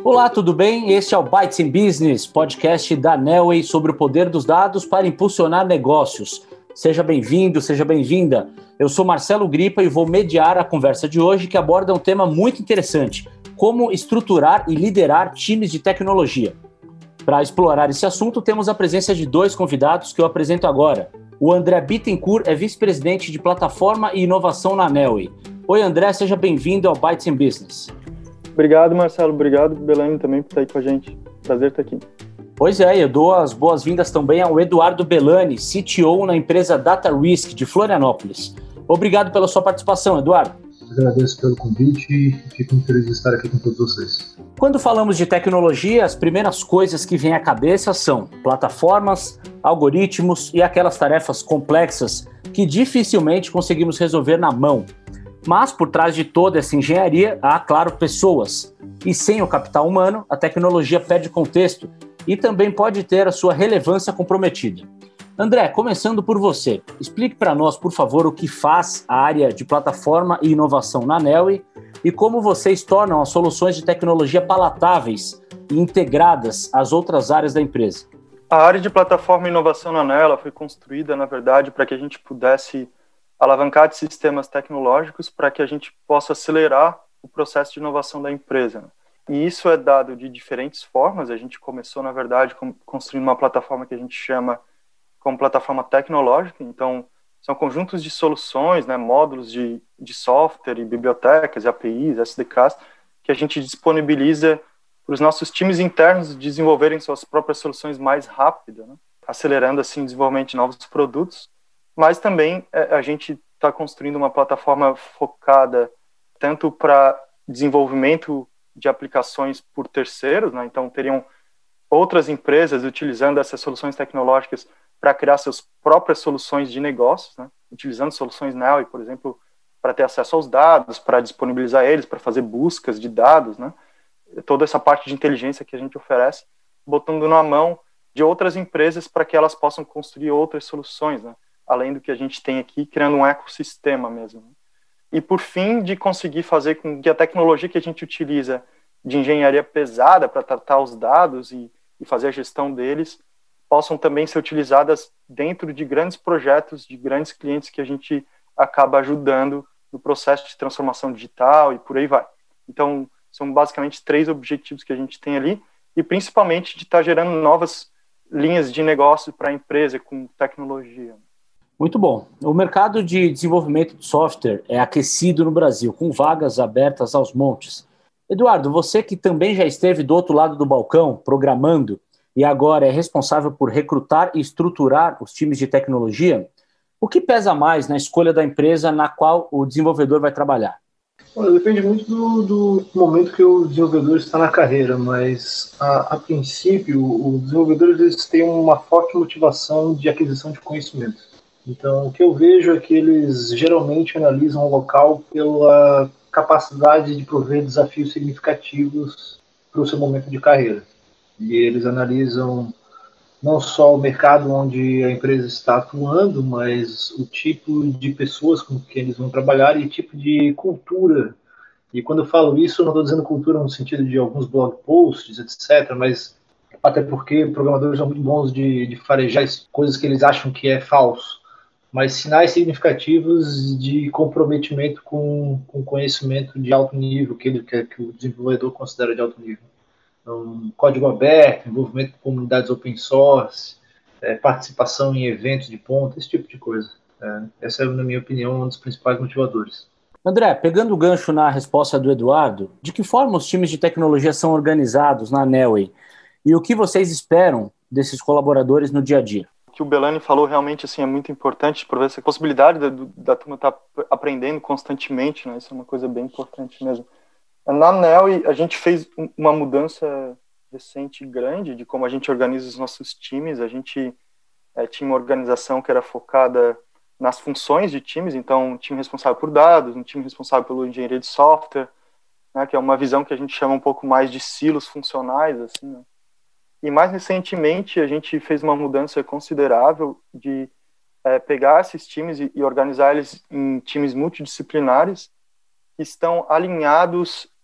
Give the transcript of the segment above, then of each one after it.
Olá, tudo bem? Este é o Bytes in Business, podcast da Nelway sobre o poder dos dados para impulsionar negócios. Seja bem-vindo, seja bem-vinda. Eu sou Marcelo Gripa e vou mediar a conversa de hoje, que aborda um tema muito interessante: como estruturar e liderar times de tecnologia. Para explorar esse assunto, temos a presença de dois convidados que eu apresento agora. O André Bittencourt é vice-presidente de plataforma e inovação na Nelway. Oi, André, seja bem-vindo ao Bytes in Business. Obrigado, Marcelo. Obrigado, Belani, também por estar aí com a gente. Prazer estar aqui. Pois é, eu dou as boas-vindas também ao Eduardo Belani, CTO na empresa Data Risk de Florianópolis. Obrigado pela sua participação, Eduardo. Agradeço pelo convite e fico muito feliz de estar aqui com todos vocês. Quando falamos de tecnologia, as primeiras coisas que vêm à cabeça são plataformas, algoritmos e aquelas tarefas complexas que dificilmente conseguimos resolver na mão. Mas, por trás de toda essa engenharia, há, claro, pessoas. E sem o capital humano, a tecnologia perde contexto e também pode ter a sua relevância comprometida. André, começando por você, explique para nós, por favor, o que faz a área de plataforma e inovação na Nelway e como vocês tornam as soluções de tecnologia palatáveis e integradas às outras áreas da empresa. A área de plataforma e inovação na Nelway foi construída, na verdade, para que a gente pudesse alavancar de sistemas tecnológicos para que a gente possa acelerar o processo de inovação da empresa. E isso é dado de diferentes formas. A gente começou, na verdade, construindo uma plataforma que a gente chama como plataforma tecnológica. Então, são conjuntos de soluções, né, módulos de software e bibliotecas, APIs, SDKs, que a gente disponibiliza para os nossos times internos desenvolverem suas próprias soluções mais rápido, né, acelerando, assim, o desenvolvimento de novos produtos. Mas também a gente está construindo uma plataforma focada tanto para desenvolvimento de aplicações por terceiros, né? Então teriam outras empresas utilizando essas soluções tecnológicas para criar suas próprias soluções de negócios, né? Utilizando soluções Nelway, por exemplo, para ter acesso aos dados, para disponibilizar eles, para fazer buscas de dados, né? Toda essa parte de inteligência que a gente oferece, botando na mão de outras empresas para que elas possam construir outras soluções, né? Além do que a gente tem aqui, criando um ecossistema mesmo. E, por fim, de conseguir fazer com que a tecnologia que a gente utiliza de engenharia pesada para tratar os dados e fazer a gestão deles, possam também ser utilizadas dentro de grandes projetos, de grandes clientes que a gente acaba ajudando no processo de transformação digital e por aí vai. Então, são basicamente 3 objetivos que a gente tem ali, e principalmente de estar gerando novas linhas de negócio para a empresa com tecnologia. Muito bom. O mercado de desenvolvimento de software é aquecido no Brasil, com vagas abertas aos montes. Eduardo, você que também já esteve do outro lado do balcão, programando, e agora é responsável por recrutar e estruturar os times de tecnologia, o que pesa mais na escolha da empresa na qual o desenvolvedor vai trabalhar? Olha, depende muito do momento que o desenvolvedor está na carreira, mas a princípio, os desenvolvedores eles têm uma forte motivação de aquisição de conhecimento. Então, o que eu vejo é que eles geralmente analisam o local pela capacidade de prover desafios significativos para o seu momento de carreira. E eles analisam não só o mercado onde a empresa está atuando, mas o tipo de pessoas com que eles vão trabalhar e o tipo de cultura. E quando eu falo isso, eu não estou dizendo cultura no sentido de alguns blog posts, etc., mas até porque programadores são muito bons de farejar coisas que eles acham que é falso, mas sinais significativos de comprometimento com conhecimento de alto nível, que o desenvolvedor considera de alto nível. Então, código aberto, envolvimento com comunidades open source, participação em eventos de ponta, esse tipo de coisa. Essa é, na minha opinião, um dos principais motivadores. André, pegando o gancho na resposta do Eduardo, de que forma os times de tecnologia são organizados na Nelway e o que vocês esperam desses colaboradores no dia a dia? O que o Belani falou realmente assim, é muito importante, por essa possibilidade da turma estar aprendendo constantemente, né? Isso é uma coisa bem importante mesmo. Na Nelway, a gente fez uma mudança recente grande de como a gente organiza os nossos times. A gente tinha uma organização que era focada nas funções de times, então um time responsável por dados, um time responsável pela engenharia de software, né, que é uma visão que a gente chama um pouco mais de silos funcionais, assim, né? E mais recentemente a gente fez uma mudança considerável de pegar esses times e organizar eles em times multidisciplinares que estão alinhados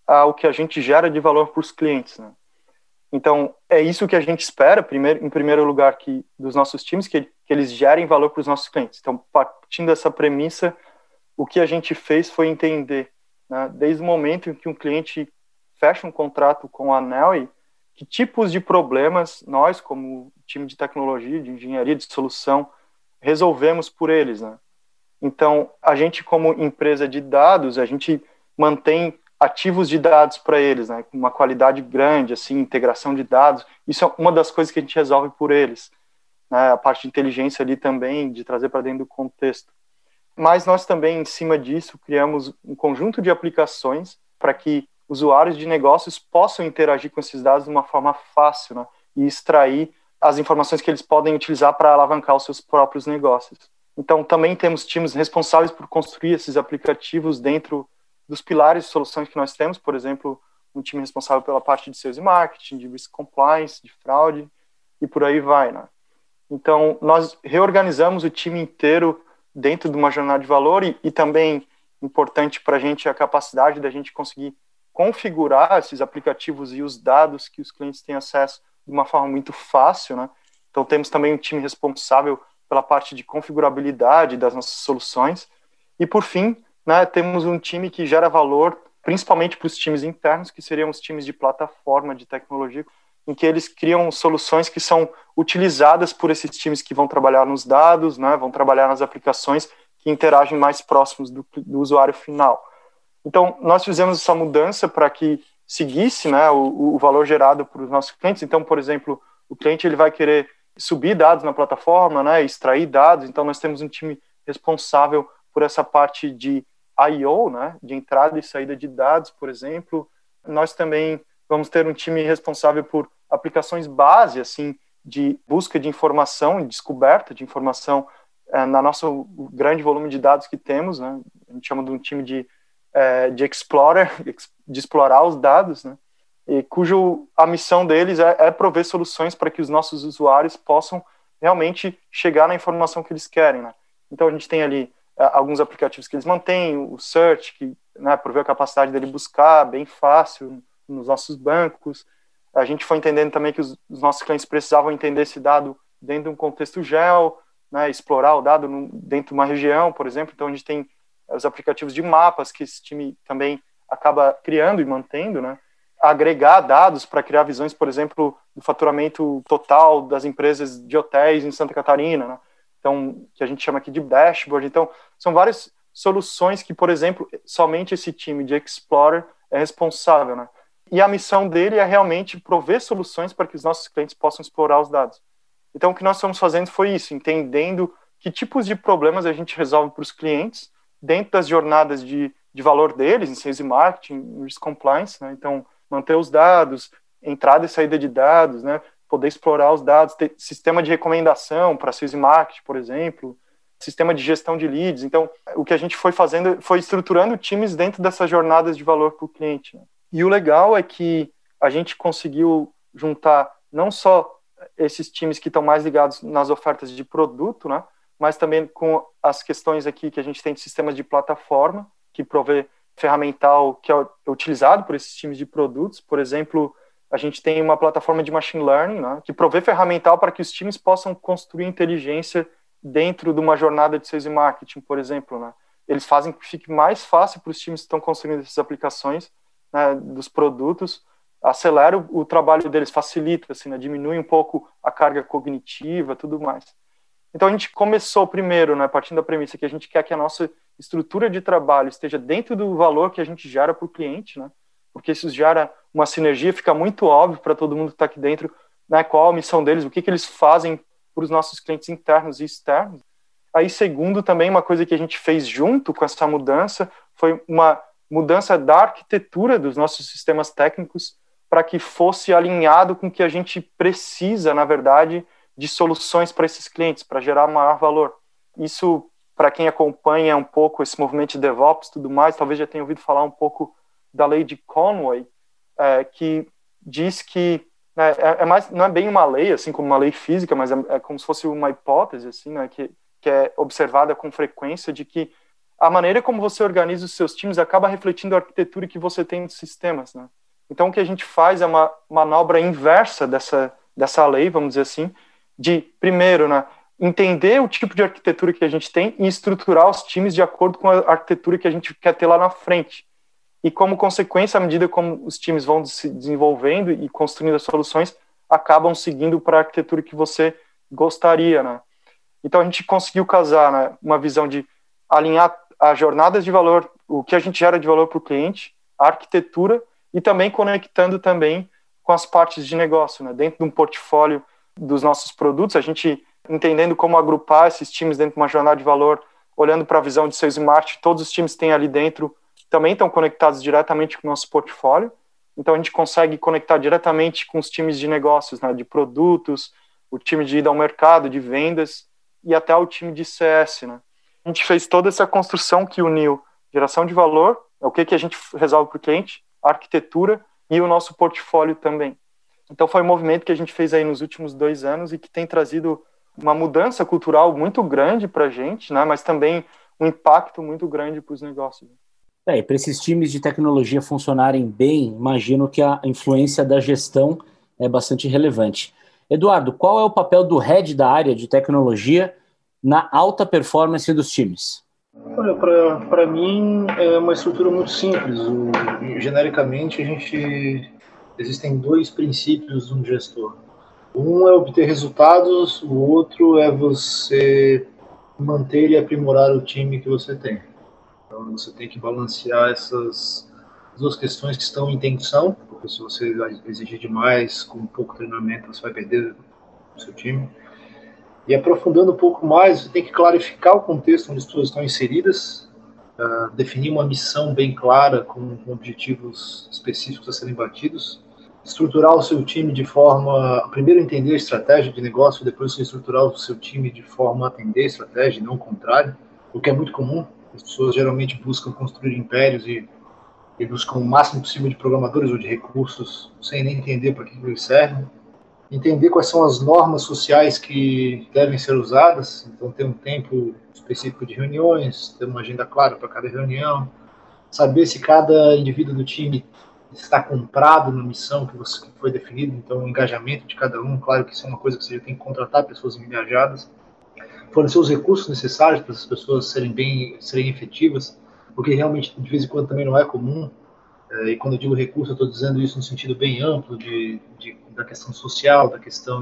ao que a gente gera de valor para os clientes, né? Então, é isso que a gente espera, em primeiro lugar, dos nossos times, que eles gerem valor para os nossos clientes. Então, partindo dessa premissa, o que a gente fez foi entender, né, desde o momento em que um cliente fecha um contrato com a Neoway, que tipos de problemas nós, como time de tecnologia, de engenharia, de solução, resolvemos por eles, né? Então, a gente, como empresa de dados, a gente mantém ativos de dados para eles, né, com uma qualidade grande, assim, integração de dados. Isso é uma das coisas que a gente resolve por eles, né, a parte de inteligência ali também, de trazer para dentro do contexto. Mas nós também, em cima disso, criamos um conjunto de aplicações para que usuários de negócios possam interagir com esses dados de uma forma fácil, né, e extrair as informações que eles podem utilizar para alavancar os seus próprios negócios. Então, também temos times responsáveis por construir esses aplicativos dentro dos pilares de soluções que nós temos, por exemplo, um time responsável pela parte de sales e marketing, de risk compliance, de fraude, e por aí vai, né? Então, nós reorganizamos o time inteiro dentro de uma jornada de valor e também importante para a gente a capacidade da gente conseguir configurar esses aplicativos e os dados que os clientes têm acesso de uma forma muito fácil, né? Então, temos também um time responsável pela parte de configurabilidade das nossas soluções. E, por fim, né, temos um time que gera valor, principalmente para os times internos, que seriam os times de plataforma de tecnologia, em que eles criam soluções que são utilizadas por esses times que vão trabalhar nos dados, né, vão trabalhar nas aplicações que interagem mais próximos do usuário final. Então, nós fizemos essa mudança para que seguisse, né, o valor gerado para os nossos clientes. Então, por exemplo, o cliente ele vai querer subir dados na plataforma, né, extrair dados. Então, nós temos um time responsável por essa parte de I/O, né, de entrada e saída de dados, por exemplo. Nós também vamos ter um time responsável por aplicações base, assim, de busca de informação, descoberta de informação na nosso grande volume de dados que temos, né. A gente chama de um time de explorer, de explorar os dados, né, e a missão deles é prover soluções para que os nossos usuários possam realmente chegar na informação que eles querem, né. Então, a gente tem ali alguns aplicativos que eles mantêm, o Search, que, né, provê a capacidade dele buscar bem fácil nos nossos bancos. A gente foi entendendo também que os nossos clientes precisavam entender esse dado dentro de um contexto geo, né, explorar o dado dentro de uma região, por exemplo. Então, a gente tem os aplicativos de mapas que esse time também acaba criando e mantendo, né, agregar dados para criar visões, por exemplo, do faturamento total das empresas de hotéis em Santa Catarina, né? Então, que a gente chama aqui de dashboard. Então, são várias soluções que, por exemplo, somente esse time de Explorer é responsável, né? E a missão dele é realmente prover soluções para que os nossos clientes possam explorar os dados. Então, o que nós estamos fazendo foi isso, entendendo que tipos de problemas a gente resolve para os clientes dentro das jornadas de valor deles, em sales e marketing, em risk compliance, né? Então, manter os dados, entrada e saída de dados, né? Poder explorar os dados, ter sistema de recomendação para sales e marketing, por exemplo, sistema de gestão de leads. Então, o que a gente foi fazendo foi estruturando times dentro dessas jornadas de valor para o cliente, né? E o legal é que a gente conseguiu juntar não só esses times que estão mais ligados nas ofertas de produto, né, mas também com as questões aqui que a gente tem de sistemas de plataforma, que provê ferramental que é utilizado por esses times de produtos. Por exemplo, a gente tem uma plataforma de machine learning, né, que provê ferramental para que os times possam construir inteligência dentro de uma jornada de sales e marketing, por exemplo, né. Eles fazem que fique mais fácil para os times que estão construindo essas aplicações, né, dos produtos, acelera o trabalho deles, facilita, assim, né, diminui um pouco a carga cognitiva, tudo mais. Então a gente começou primeiro, né, partindo da premissa que a gente quer que a nossa estrutura de trabalho esteja dentro do valor que a gente gera para o cliente, né, porque isso gera uma sinergia, fica muito óbvio para todo mundo que está aqui dentro, né, qual a missão deles, o que eles fazem para os nossos clientes internos e externos. Aí, segundo, também uma coisa que a gente fez junto com essa mudança foi uma mudança da arquitetura dos nossos sistemas técnicos para que fosse alinhado com o que a gente precisa, na verdade, de soluções para esses clientes, para gerar maior valor. Isso, para quem acompanha um pouco esse movimento de DevOps e tudo mais, talvez já tenha ouvido falar um pouco da lei de Conway, que diz que não é bem uma lei, assim como uma lei física, mas é como se fosse uma hipótese, assim, né, que é observada com frequência de que a maneira como você organiza os seus times acaba refletindo a arquitetura que você tem de sistemas, né? Então, o que a gente faz é uma manobra inversa dessa lei, vamos dizer assim, de, primeiro, né, entender o tipo de arquitetura que a gente tem e estruturar os times de acordo com a arquitetura que a gente quer ter lá na frente. E, como consequência, à medida como os times vão se desenvolvendo e construindo as soluções, acabam seguindo para a arquitetura que você gostaria, né? Então, a gente conseguiu casar, né, uma visão de alinhar as jornadas de valor, o que a gente gera de valor para o cliente, a arquitetura, e também conectando também com as partes de negócio, né? Dentro de um portfólio dos nossos produtos, a gente entendendo como agrupar esses times dentro de uma jornada de valor, olhando para a visão de Sales e Marketing, todos os times que tem ali dentro também estão conectados diretamente com o nosso portfólio, então a gente consegue conectar diretamente com os times de negócios, né? De produtos, o time de ida ao mercado, de vendas, e até o time de CS, né? A gente fez toda essa construção que uniu geração de valor, o que a gente resolve para o cliente, a arquitetura e o nosso portfólio também. Então foi um movimento que a gente fez aí nos últimos 2 anos e que tem trazido uma mudança cultural muito grande para a gente, né? Mas também um impacto muito grande para os negócios. E para esses times de tecnologia funcionarem bem, imagino que a influência da gestão é bastante relevante. Eduardo, qual é o papel do head da área de tecnologia na alta performance dos times? Olha, para mim é uma estrutura muito simples. Genericamente, existem 2 princípios de um gestor. Um é obter resultados, o outro é você manter e aprimorar o time que você tem. Então, você tem que balancear essas 2 questões que estão em tensão, porque se você exigir demais, com pouco treinamento, você vai perder o seu time. E aprofundando um pouco mais, você tem que clarificar o contexto onde as pessoas estão inseridas, definir uma missão bem clara, com objetivos específicos a serem batidos, estruturar o seu time de forma, primeiro entender a estratégia de negócio, depois você estruturar o seu time de forma a atender a estratégia, e não o contrário, o que é muito comum. As pessoas geralmente buscam construir impérios e buscam o máximo possível de programadores ou de recursos, sem nem entender para que eles servem. Entender quais são as normas sociais que devem ser usadas, então ter um tempo específico de reuniões, ter uma agenda clara para cada reunião, saber se cada indivíduo do time está comprado na missão que foi definida, então o engajamento de cada um, claro que isso é uma coisa que você já tem que contratar pessoas engajadas, fornecer os recursos necessários para as pessoas serem efetivas, porque realmente de vez em quando também não é comum. E quando eu digo recurso, eu estou dizendo isso no sentido bem amplo da questão social, da questão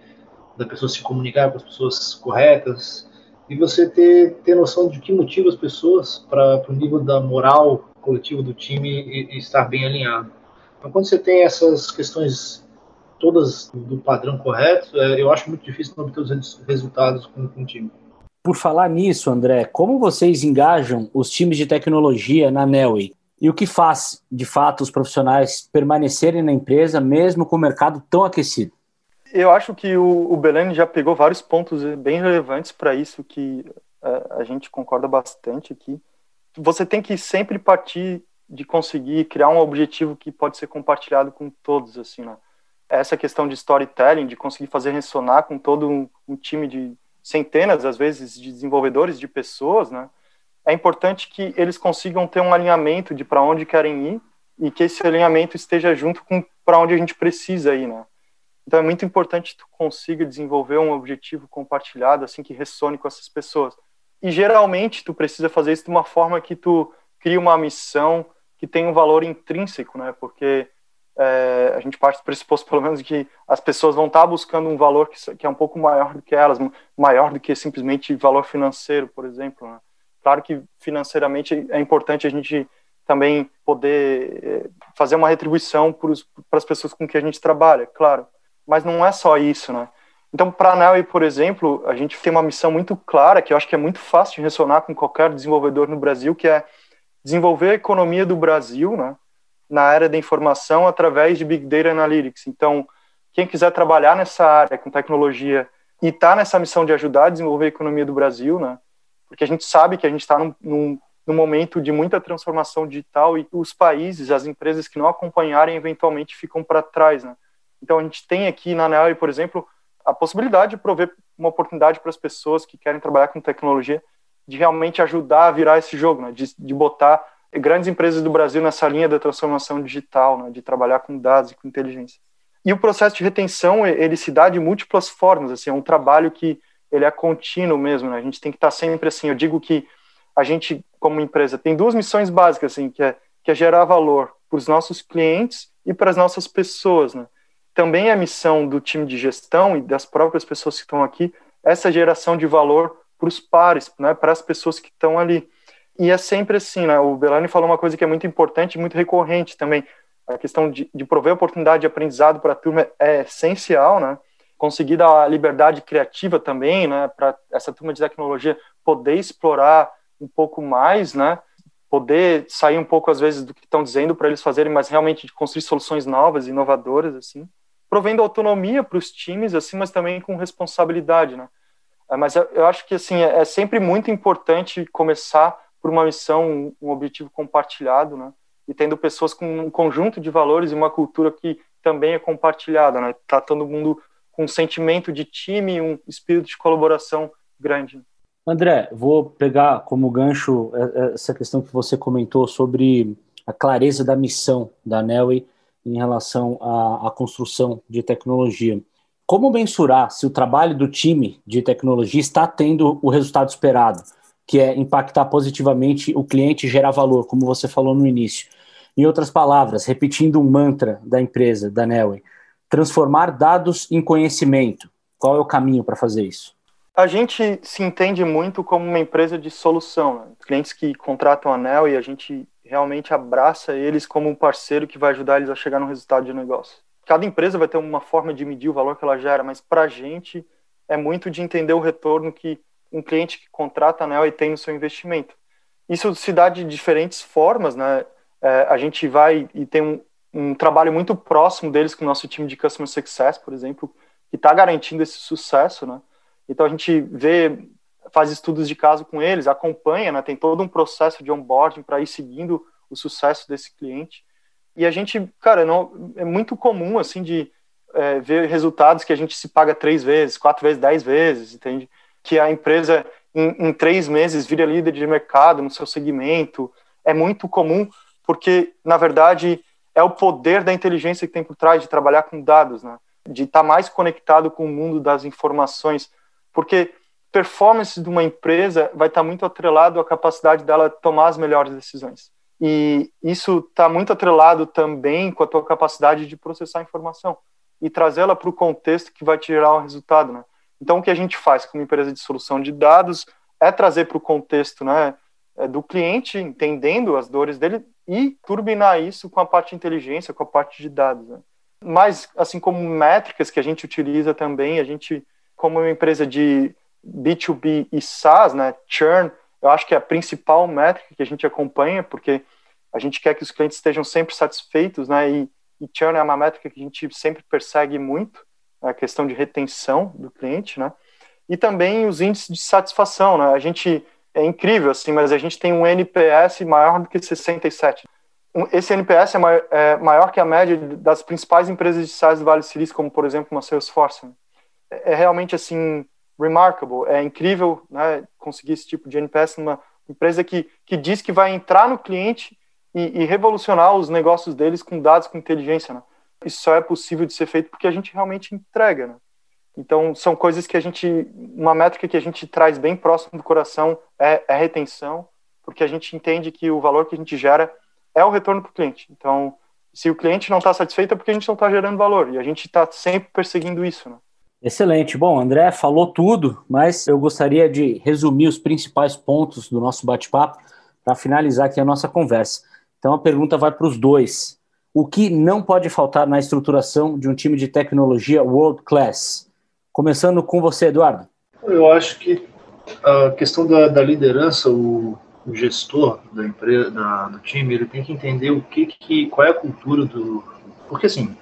da pessoa se comunicar com as pessoas corretas, e você ter noção de que motiva as pessoas para o nível da moral coletiva do time e estar bem alinhado. Então, quando você tem essas questões todas do padrão correto, eu acho muito difícil não obter os resultados com o time. Por falar nisso, André, como vocês engajam os times de tecnologia na Neoway? E o que faz, de fato, os profissionais permanecerem na empresa, mesmo com o mercado tão aquecido? Eu acho que o Belén já pegou vários pontos bem relevantes para isso, que a gente concorda bastante aqui. Você tem que sempre partir de conseguir criar um objetivo que pode ser compartilhado com todos, assim, né? Essa questão de storytelling, de conseguir fazer ressonar com todo um time de centenas, às vezes, de desenvolvedores, de pessoas, né? É importante que eles consigam ter um alinhamento de para onde querem ir e que esse alinhamento esteja junto com para onde a gente precisa ir, né? Então é muito importante que tu consiga desenvolver um objetivo compartilhado, assim, que ressone com essas pessoas. E geralmente tu precisa fazer isso de uma forma que tu cria uma missão que tem um valor intrínseco, né? Porque a gente parte do pressuposto, pelo menos, de que as pessoas vão estar buscando um valor que é um pouco maior do que elas, maior do que simplesmente valor financeiro, por exemplo, né? Claro que financeiramente é importante a gente também poder fazer uma retribuição para as pessoas com que a gente trabalha, claro. Mas não é só isso, né? Então, para a Neoway, por exemplo, a gente tem uma missão muito clara, que eu acho que é muito fácil de ressonar com qualquer desenvolvedor no Brasil, que é desenvolver a economia do Brasil, né, na área da informação através de Big Data Analytics. Então, quem quiser trabalhar nessa área com tecnologia e está nessa missão de ajudar a desenvolver a economia do Brasil, né, porque a gente sabe que a gente está num momento de muita transformação digital e os países, as empresas que não acompanharem, eventualmente ficam para trás, né? Então, a gente tem aqui na Neoway, por exemplo, a possibilidade de prover uma oportunidade para as pessoas que querem trabalhar com tecnologia de realmente ajudar a virar esse jogo, né? De botar grandes empresas do Brasil nessa linha da transformação digital, né? De trabalhar com dados e com inteligência. E o processo de retenção, ele se dá de múltiplas formas, assim, é um trabalho que ele é contínuo mesmo, né? A gente tem que estar sempre assim, eu digo que a gente, como empresa, tem 2 missões básicas, assim, que é gerar valor para os nossos clientes e para as nossas pessoas, né? Também a missão do time de gestão e das próprias pessoas que estão aqui, essa geração de valor para os pares, né? Para as pessoas que estão ali. E é sempre assim, né? O Belani falou uma coisa que é muito importante e muito recorrente também. A questão de prover oportunidade de aprendizado para a turma é essencial, né? Conseguir dar liberdade criativa também, né? Para essa turma de tecnologia poder explorar um pouco mais, né? Poder sair um pouco, às vezes, do que estão dizendo para eles fazerem, mas realmente de construir soluções novas, inovadoras, assim. Provendo autonomia para os times, assim, mas também com responsabilidade, né? Mas eu acho que, assim, é sempre muito importante começar por uma missão, um objetivo compartilhado, né? E tendo pessoas com um conjunto de valores e uma cultura que também é compartilhada, né? Tá todo mundo com um sentimento de time, um espírito de colaboração grande. André, vou pegar como gancho essa questão que você comentou sobre a clareza da missão da Neoway em relação à construção de tecnologia. Como mensurar se o trabalho do time de tecnologia está tendo o resultado esperado, que é impactar positivamente o cliente e gerar valor, como você falou no início? Em outras palavras, repetindo um mantra da empresa, da Neoway, transformar dados em conhecimento. Qual é o caminho para fazer isso? A gente se entende muito como uma empresa de solução, né? Clientes que contratam a Neoway, a gente realmente abraça eles como um parceiro que vai ajudar eles a chegar no resultado de negócio. Cada empresa vai ter uma forma de medir o valor que ela gera, mas para a gente é muito de entender o retorno que um cliente que contrata a Neoway tem no seu investimento. Isso se dá de diferentes formas, né? A gente vai e tem um trabalho muito próximo deles com o nosso time de Customer Success, por exemplo, que está garantindo esse sucesso, né? Então a gente faz estudos de caso com eles, acompanha, né? Tem todo um processo de onboarding para ir seguindo o sucesso desse cliente. E a gente, cara, é muito comum, assim, de ver resultados que a gente se paga 3 vezes, 4 vezes, 10 vezes, entende? Que a empresa, em 3 meses, vira líder de mercado no seu segmento. É muito comum, porque, na verdade, é o poder da inteligência que tem por trás de trabalhar com dados, né? De estar mais conectado com o mundo das informações. Porque performance de uma empresa vai estar muito atrelado à capacidade dela tomar as melhores decisões. E isso está muito atrelado também com a tua capacidade de processar a informação e trazê-la para o contexto que vai te gerar um resultado, né? Então, o que a gente faz como empresa de solução de dados é trazer para o contexto, né, do cliente, entendendo as dores dele e turbinar isso com a parte de inteligência, com a parte de dados, né? Mas, assim como métricas que a gente utiliza também, a gente, como uma empresa de B2B e SaaS, né, churn, eu acho que é a principal métrica que a gente acompanha, porque a gente quer que os clientes estejam sempre satisfeitos, né, e churn é uma métrica que a gente sempre persegue muito, a questão de retenção do cliente, né, e também os índices de satisfação, né, a gente, é incrível, assim, mas a gente tem um NPS maior do que 67. Esse NPS é maior que a média das principais empresas de SaaS do Vale do Silício, como, por exemplo, uma Salesforce, né. É realmente, assim, remarkable, é incrível, né, conseguir esse tipo de NPS numa empresa que diz que vai entrar no cliente e revolucionar os negócios deles com dados, com inteligência, né? Isso só é possível de ser feito porque a gente realmente entrega, né? Então, são coisas que uma métrica que a gente traz bem próximo do coração é a retenção, porque a gente entende que o valor que a gente gera é o retorno para o cliente. Então, se o cliente não está satisfeito é porque a gente não está gerando valor, e a gente está sempre perseguindo isso, né? Excelente. Bom, André falou tudo, mas eu gostaria de resumir os principais pontos do nosso bate-papo para finalizar aqui a nossa conversa. Então, a pergunta vai para os dois. O que não pode faltar na estruturação de um time de tecnologia world class? Começando com você, Eduardo. Eu acho que a questão da liderança, o gestor da empresa, do time, ele tem que entender qual é a cultura do... Porque, assim,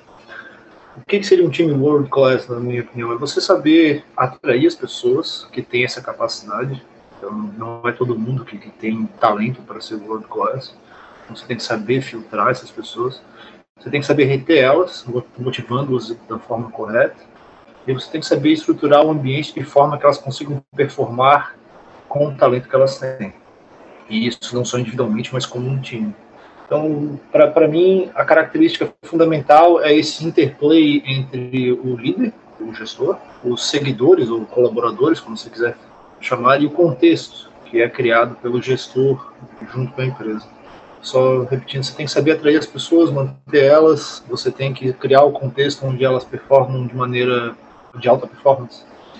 o que seria um time world class, na minha opinião? É você saber atrair as pessoas que têm essa capacidade. Então, não é todo mundo que tem talento para ser world class. Então, você tem que saber filtrar essas pessoas. Você tem que saber reter elas, motivando-as da forma correta. E você tem que saber estruturar o ambiente de forma que elas consigam performar com o talento que elas têm. E isso não só individualmente, mas como um time. Então, para mim, a característica fundamental é esse interplay entre o líder, o gestor, os seguidores ou colaboradores, como você quiser chamar, e o contexto que é criado pelo gestor junto com a empresa. Só repetindo, você tem que saber atrair as pessoas, manter elas, você tem que criar o contexto onde elas performam de maneira de alta performance.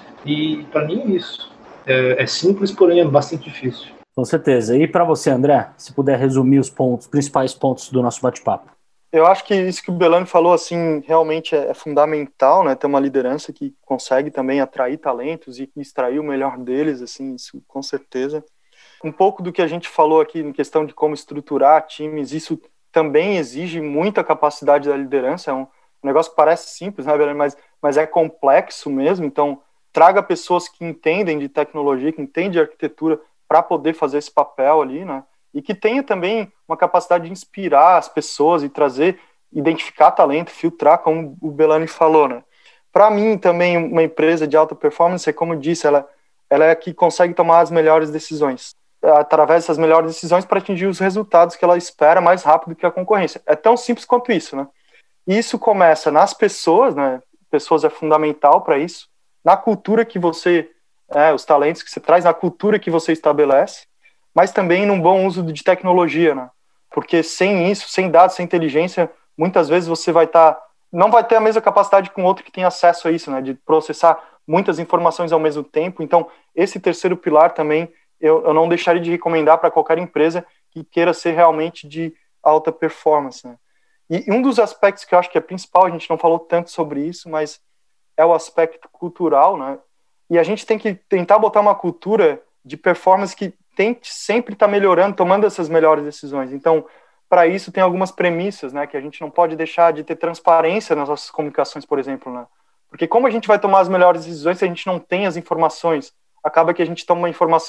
E para mim é isso. É simples, porém é bastante difícil. Com certeza. E para você, André, se puder resumir os principais pontos do nosso bate-papo. Eu acho que isso que o Belani falou, assim, realmente é fundamental, né? Ter uma liderança que consegue também atrair talentos e extrair o melhor deles, assim, isso com certeza. Um pouco do que a gente falou aqui em questão de como estruturar times, isso também exige muita capacidade da liderança. É um negócio que parece simples, né, Belani? Mas é complexo mesmo. Então, traga pessoas que entendem de tecnologia, que entendem de arquitetura para poder fazer esse papel ali, né? E que tenha também uma capacidade de inspirar as pessoas e trazer, identificar talento, filtrar, como o Belani falou, né? Para mim, também, uma empresa de alta performance, como eu disse, ela é a que consegue tomar as melhores decisões, através dessas melhores decisões para atingir os resultados que ela espera mais rápido que a concorrência. É tão simples quanto isso, né? E isso começa nas pessoas, né? Pessoas é fundamental para isso, na cultura que você, os talentos que você traz, na cultura que você estabelece, mas também num bom uso de tecnologia, né? Porque sem isso, sem dados, sem inteligência, muitas vezes você não vai ter a mesma capacidade com outro que tem acesso a isso, né? De processar muitas informações ao mesmo tempo. Então, esse terceiro pilar também eu não deixaria de recomendar para qualquer empresa que queira ser realmente de alta performance, né? E um dos aspectos que eu acho que é principal, a gente não falou tanto sobre isso, mas é o aspecto cultural, né? E a gente tem que tentar botar uma cultura de performance que tente sempre estar melhorando, tomando essas melhores decisões. Então, para isso, tem algumas premissas, né? Que a gente não pode deixar de ter transparência nas nossas comunicações, por exemplo, né? Porque como a gente vai tomar as melhores decisões se a gente não tem as informações? Acaba que a gente toma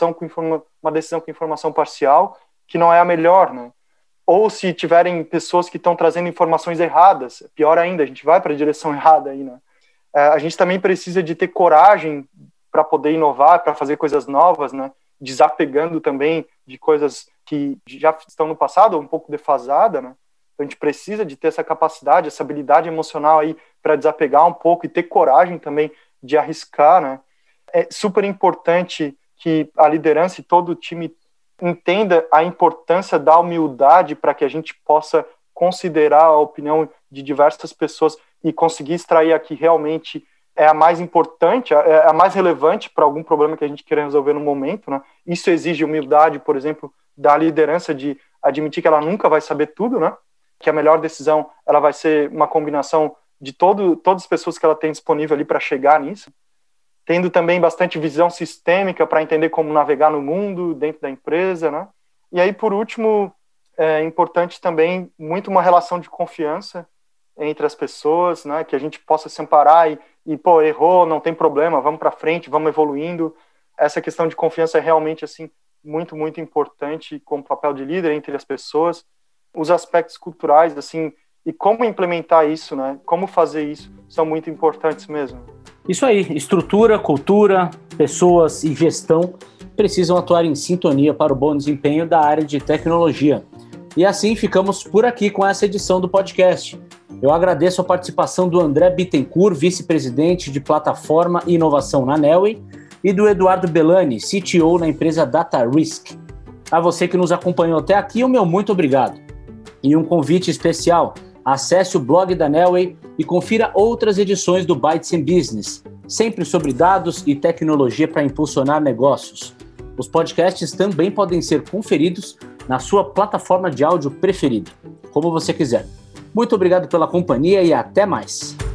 uma decisão com informação parcial, que não é a melhor, né? Ou se tiverem pessoas que estão trazendo informações erradas, pior ainda, a gente vai para a direção errada aí, né? A gente também precisa de ter coragem para poder inovar, para fazer coisas novas, né? Desapegando também de coisas que já estão no passado, um pouco defasada, né? Então a gente precisa de ter essa capacidade, essa habilidade emocional aí para desapegar um pouco e ter coragem também de arriscar, né? É super importante que a liderança e todo o time entenda a importância da humildade para que a gente possa considerar a opinião de diversas pessoas e conseguir extrair a que realmente é a mais importante, é a mais relevante para algum problema que a gente quer resolver no momento, né? Isso exige humildade, por exemplo, da liderança de admitir que ela nunca vai saber tudo, né? Que a melhor decisão ela vai ser uma combinação de todas as pessoas que ela tem disponível ali para chegar nisso, tendo também bastante visão sistêmica para entender como navegar no mundo, dentro da empresa, né? E aí, por último, é importante também muito uma relação de confiança entre as pessoas, né? Que a gente possa se amparar e pô, errou, não tem problema, vamos para frente, vamos evoluindo. Essa questão de confiança é realmente, assim, muito, muito importante como papel de líder entre as pessoas. Os aspectos culturais, assim, e como implementar isso, né? Como fazer isso, são muito importantes mesmo. Isso aí, estrutura, cultura, pessoas e gestão precisam atuar em sintonia para o bom desempenho da área de tecnologia. E assim ficamos por aqui com essa edição do podcast. Eu agradeço a participação do André Bittencourt, vice-presidente de plataforma e inovação na Neoway, e do Eduardo Belani, CTO na empresa DataRisk. A você que nos acompanhou até aqui, o meu muito obrigado. E um convite especial: acesse o blog da Neoway e confira outras edições do Bytes in Business, sempre sobre dados e tecnologia para impulsionar negócios. Os podcasts também podem ser conferidos na sua plataforma de áudio preferida, como você quiser. Muito obrigado pela companhia e até mais!